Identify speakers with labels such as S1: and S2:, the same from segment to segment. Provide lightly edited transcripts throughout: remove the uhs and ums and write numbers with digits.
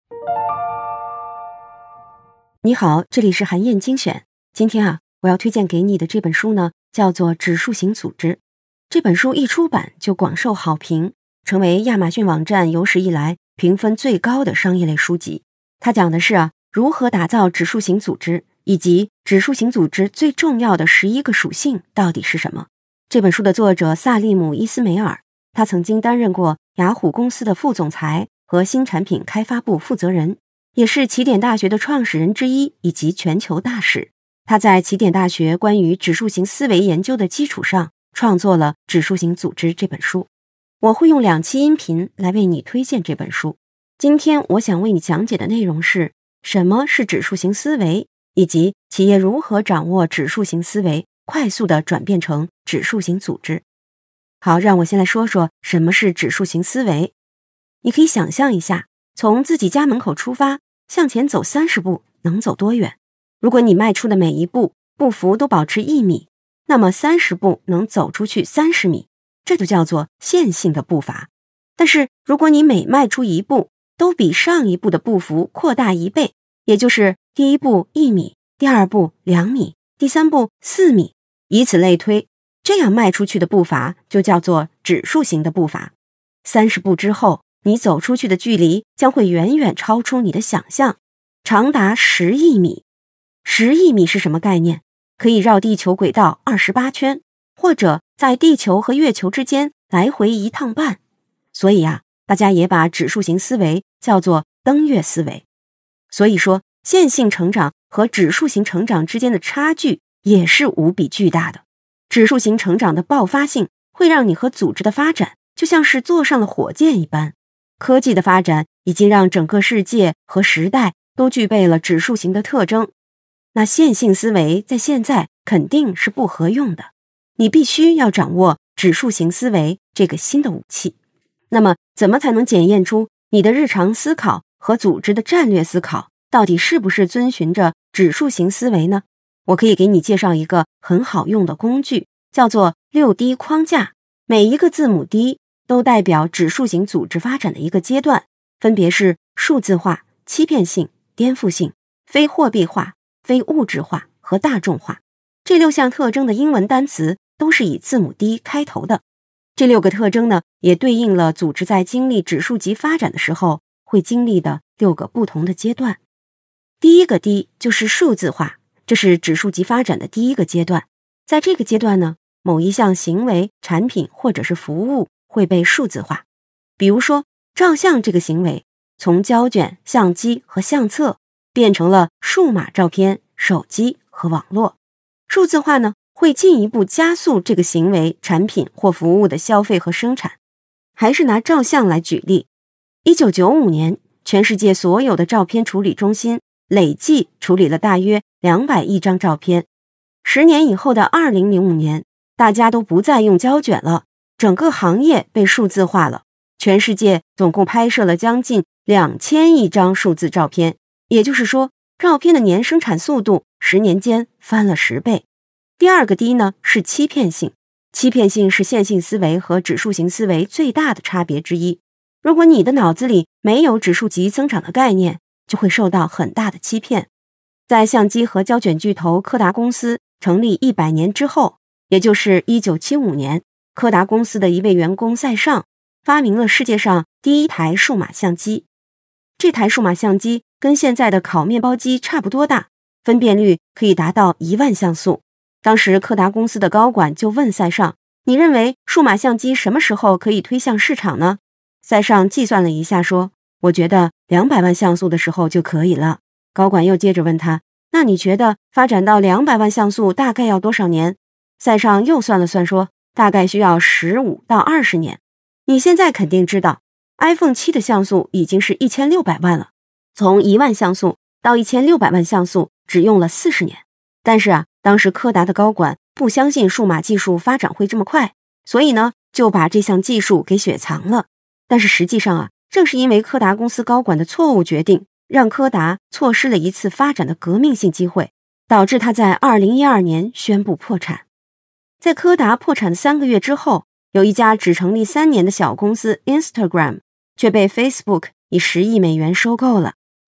S1: 你好，这里是韩燕精选。今天我要推荐给你的这本书呢，叫做《指数型组织》。这本书一出版就广受好评，成为亚马逊网站有史以来评分最高的商业类书籍。它讲的是如何打造指数型组织，以及指数型组织最重要的11个属性到底是什么。这本书的作者萨利姆·伊斯梅尔，他曾经担任过雅虎公司的副总裁和新产品开发部负责人，也是起点大学的创始人之一以及全球大使。他在起点大学关于指数型思维研究的基础上，创作了《指数型组织》这本书。我会用2期音频来为你推荐这本书。今天我想为你讲解的内容是什么是指数型思维，以及企业如何掌握指数型思维，快速地转变成指数型组织。好，让我先来说说什么是指数型思维。你可以想象一下，从自己家门口出发，向前走30步，能走多远？如果你迈出的每一步步幅都保持1米，那么30步能走出去30米，这就叫做线性的步伐。但是如果你每迈出一步都比上一步的步幅扩大1倍，也就是第一步1米，第二步2米，第三步4米，以此类推，这样迈出去的步伐就叫做指数型的步伐。30步之后，你走出去的距离将会远远超出你的想象，长达10亿米。10亿米是什么概念？可以绕地球轨道28圈，或者在地球和月球之间来回1趟半。所以大家也把指数型思维叫做登月思维。所以说，线性成长和指数型成长之间的差距也是无比巨大的。指数型成长的爆发性会让你和组织的发展就像是坐上了火箭一般。科技的发展已经让整个世界和时代都具备了指数型的特征。那线性思维在现在肯定是不合用的，你必须要掌握指数型思维这个新的武器。那么怎么才能检验出你的日常思考和组织的战略思考到底是不是遵循着指数型思维呢？我可以给你介绍一个很好用的工具，叫做6D 框架。每一个字母 D 都代表指数型组织发展的一个阶段，分别是数字化、欺骗性、颠覆性、非货币化、非物质化和大众化。这6项特征的英文单词都是以字母 D 开头的。这6个特征呢，也对应了组织在经历指数级发展的时候会经历的6个不同的阶段。第一个 D 就是数字化，这是指数级发展的第一个阶段。在这个阶段呢，某一项行为、产品或者是服务会被数字化。比如说照相这个行为，从胶卷、相机和相册变成了数码照片、手机和网络。数字化呢，会进一步加速这个行为、产品或服务的消费和生产。还是拿照相来举例，1995年，全世界所有的照片处理中心累计处理了大约200亿张照片。10年以后的2005年，大家都不再用胶卷了，整个行业被数字化了，全世界总共拍摄了将近2000亿张数字照片。也就是说，照片的年生产速度10年间翻了10倍。第二个 D 呢，是欺骗性。欺骗性是线性思维和指数型思维最大的差别之一。如果你的脑子里没有指数级增长的概念，就会受到很大的欺骗。在相机和胶卷巨头柯达公司成立100年之后，也就是1975年，柯达公司的一位员工塞尚发明了世界上第一台数码相机。这台数码相机跟现在的烤面包机差不多大，分辨率可以达到10000像素。当时柯达公司的高管就问塞尚，你认为数码相机什么时候可以推向市场呢？塞尚计算了一下说，我觉得200万像素的时候就可以了。高管又接着问他，那你觉得发展到200万像素大概要多少年？塞尚又算了算说，大概需要15到20年。你现在肯定知道 iPhone 7的像素已经是1600万了，从1万像素到1600万像素只用了40年。但是当时柯达的高管不相信数码技术发展会这么快，所以呢，就把这项技术给雪藏了。但是实际上正是因为柯达公司高管的错误决定，让柯达错失了一次发展的革命性机会，导致他在2012年宣布破产。在柯达破产3个月之后，有一家只成立3年的小公司 Instagram 却被 Facebook 以10亿美元收购了。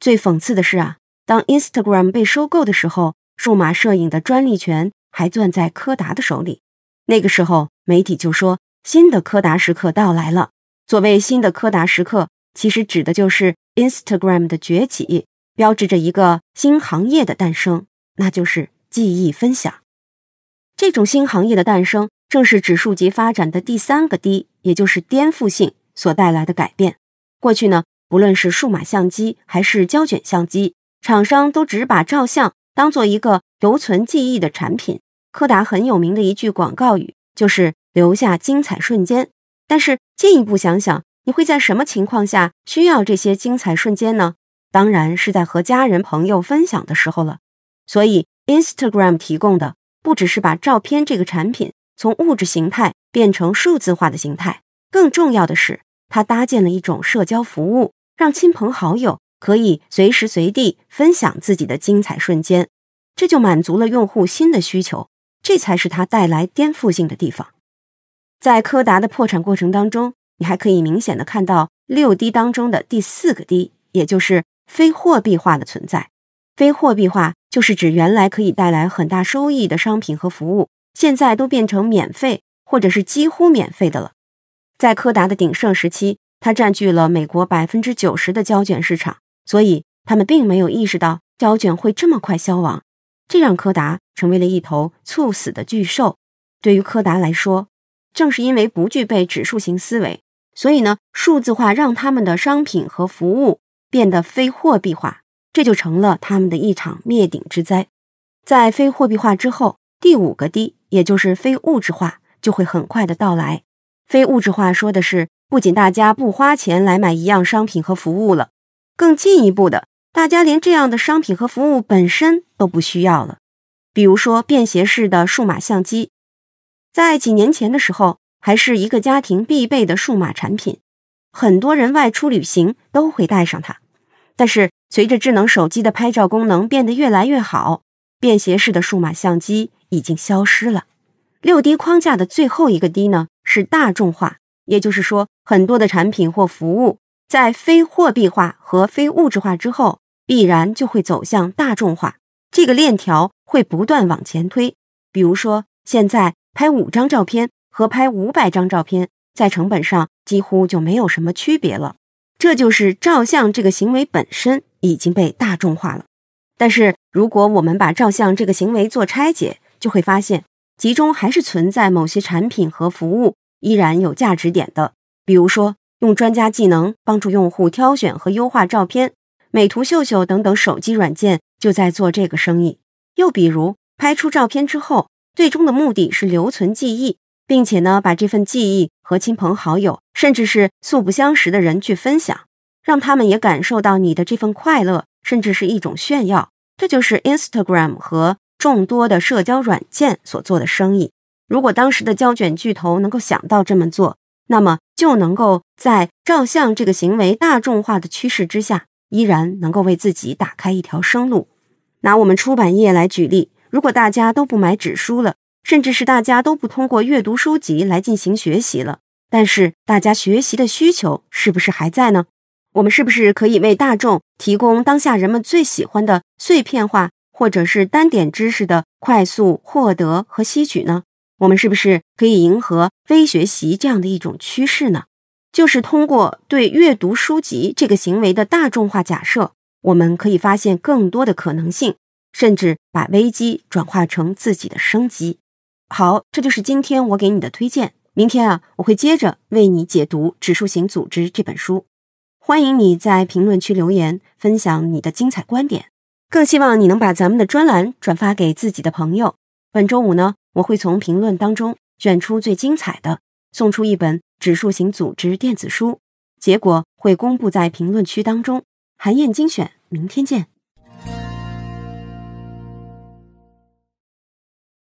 S1: 最讽刺的是啊，当 Instagram 被收购的时候，数码摄影的专利权还攥在柯达的手里。那个时候，媒体就说新的柯达时刻到来了。所谓新的柯达时刻，其实指的就是 Instagram 的崛起，标志着一个新行业的诞生，那就是记忆分享。这种新行业的诞生，正是指数级发展的第3个 D， 也就是颠覆性所带来的改变。过去呢，不论是数码相机还是胶卷相机，厂商都只把照相当做一个留存记忆的产品。柯达很有名的一句广告语就是留下精彩瞬间。但是进一步想想，你会在什么情况下需要这些精彩瞬间呢？当然是在和家人朋友分享的时候了。所以 Instagram 提供的不只是把照片这个产品从物质形态变成数字化的形态，更重要的是它搭建了一种社交服务，让亲朋好友可以随时随地分享自己的精彩瞬间，这就满足了用户新的需求，这才是它带来颠覆性的地方。在柯达的破产过程当中，你还可以明显的看到6D 当中的第4个 D， 也就是非货币化的存在。非货币化就是指原来可以带来很大收益的商品和服务，现在都变成免费或者是几乎免费的了。在柯达的鼎盛时期，它占据了美国 90% 的胶卷市场，所以他们并没有意识到胶卷会这么快消亡，这让柯达成为了一头猝死的巨兽。对于柯达来说，正是因为不具备指数型思维，所以呢，数字化让他们的商品和服务变得非货币化，这就成了他们的一场灭顶之灾。在非货币化之后，第5个 D， 也就是非物质化，就会很快的到来。非物质化说的是，不仅大家不花钱来买一样商品和服务了，更进一步的，大家连这样的商品和服务本身都不需要了。比如说便携式的数码相机，在几年前的时候，还是一个家庭必备的数码产品，很多人外出旅行都会带上它。但是随着智能手机的拍照功能变得越来越好，便携式的数码相机已经消失了。6D 框架的最后一个 D 呢，是大众化，也就是说，很多的产品或服务在非货币化和非物质化之后，必然就会走向大众化，这个链条会不断往前推。比如说，现在拍5张照片和拍500张照片，在成本上几乎就没有什么区别了。这就是照相这个行为本身已经被大众化了。但是如果我们把照相这个行为做拆解，就会发现其中还是存在某些产品和服务依然有价值点的。比如说，用专家技能帮助用户挑选和优化照片，美图秀秀等等手机软件就在做这个生意。又比如，拍出照片之后，最终的目的是留存记忆，并且呢，把这份记忆和亲朋好友，甚至是素不相识的人去分享，让他们也感受到你的这份快乐，甚至是一种炫耀。这就是 Instagram 和众多的社交软件所做的生意。如果当时的胶卷巨头能够想到这么做，那么就能够在照相这个行为大众化的趋势之下，依然能够为自己打开一条生路。拿我们出版业来举例，如果大家都不买纸书了，甚至是大家都不通过阅读书籍来进行学习了，但是大家学习的需求是不是还在呢？我们是不是可以为大众提供当下人们最喜欢的碎片化或者是单点知识的快速获得和吸取呢？我们是不是可以迎合微学习这样的一种趋势呢？就是通过对阅读书籍这个行为的大众化假设，我们可以发现更多的可能性，甚至把危机转化成自己的升级。好，这就是今天我给你的推荐。明天我会接着为你解读《指数型组织》这本书。欢迎你在评论区留言，分享你的精彩观点。更希望你能把咱们的专栏转发给自己的朋友。本周五呢，我会从评论当中选出最精彩的，送出一本《指数型组织》电子书，结果会公布在评论区当中。韩燕精选，明天见。